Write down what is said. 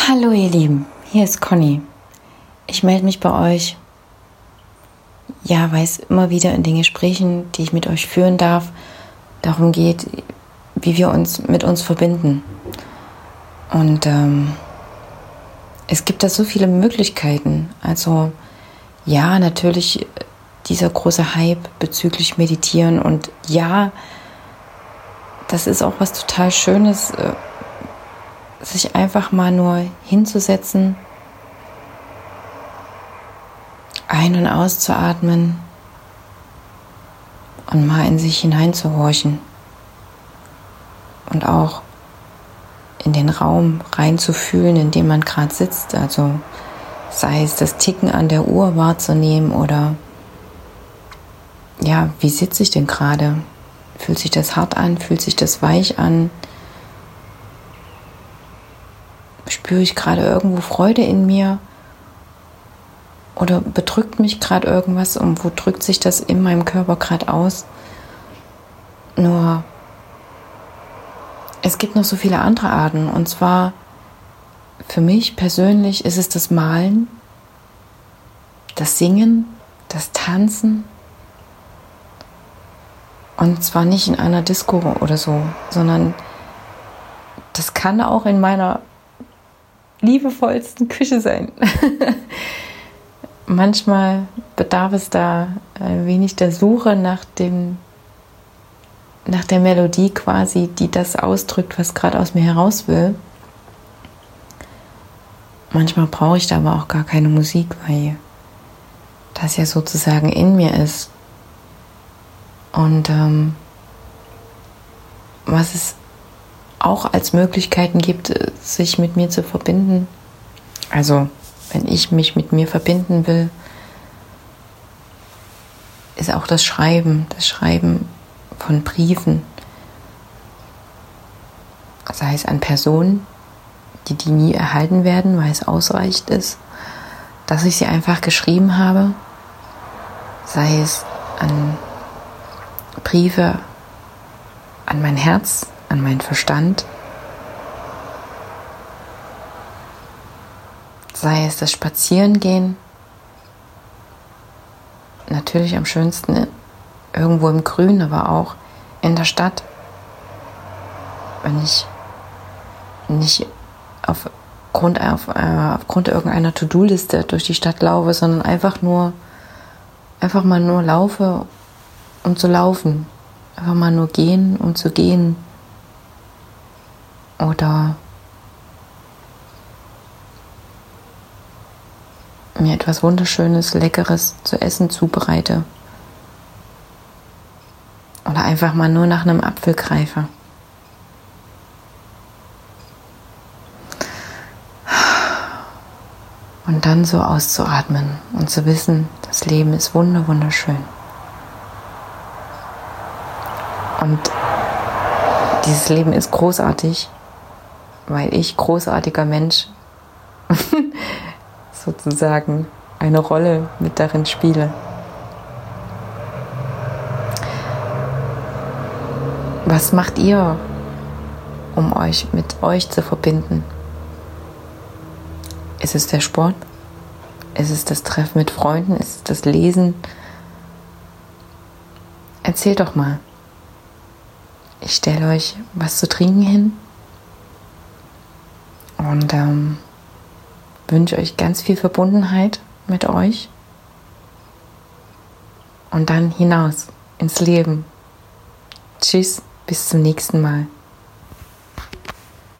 Hallo ihr Lieben, hier ist Conny. Ich melde mich bei euch, weil es immer wieder in den Gesprächen, die ich mit euch führen darf, darum geht, wie wir uns mit uns verbinden. Und es gibt da so viele Möglichkeiten. Also ja, natürlich dieser große Hype bezüglich Meditieren und ja, das ist auch was total Schönes, sich einfach mal nur hinzusetzen, ein- und auszuatmen und mal in sich hineinzuhorchen und auch in den Raum reinzufühlen, in dem man gerade sitzt. Also sei es das Ticken an der Uhr wahrzunehmen oder ja, wie sitze ich denn gerade? Fühlt sich das hart an? Fühlt sich das weich an? Spüre ich gerade irgendwo Freude in mir? Oder bedrückt mich gerade irgendwas und wo drückt sich das in meinem Körper gerade aus? Nur, es gibt noch so viele andere Arten. Und zwar, für mich persönlich ist es das Malen, das Singen, das Tanzen. Und zwar nicht in einer Disco oder so, sondern das kann auch in meiner liebevollsten Küche sein. Manchmal bedarf es da ein wenig der Suche nach der Melodie quasi, die das ausdrückt, was gerade aus mir heraus will. Manchmal brauche ich da aber auch gar keine Musik, weil das ja sozusagen in mir ist. Und was es auch als Möglichkeiten gibt, sich mit mir zu verbinden. Also, wenn ich mich mit mir verbinden will, ist auch das Schreiben von Briefen. Sei es an Personen, die nie erhalten werden, weil es ausreichend ist, dass ich sie einfach geschrieben habe. Sei es an Briefe an mein Herz, an meinen Verstand. Sei es das Spazierengehen. Natürlich am schönsten irgendwo im Grün, aber auch in der Stadt. Wenn ich nicht aufgrund irgendeiner To-Do-Liste durch die Stadt laufe, sondern einfach mal nur laufe, um zu laufen. Einfach mal nur gehen, um zu gehen. Oder mir etwas Wunderschönes, Leckeres zu essen zubereite. Oder einfach mal nur nach einem Apfel greife. Und dann so auszuatmen und zu wissen, das Leben ist wunderschön. Und dieses Leben ist großartig, weil ich, großartiger Mensch, sozusagen eine Rolle mit darin spiele. Was macht ihr, um euch mit euch zu verbinden? Ist es der Sport? Ist es das Treffen mit Freunden? Ist es das Lesen? Erzählt doch mal. Ich stelle euch was zu trinken hin und wünsche euch ganz viel Verbundenheit mit euch und dann hinaus ins Leben. Tschüss, bis zum nächsten Mal.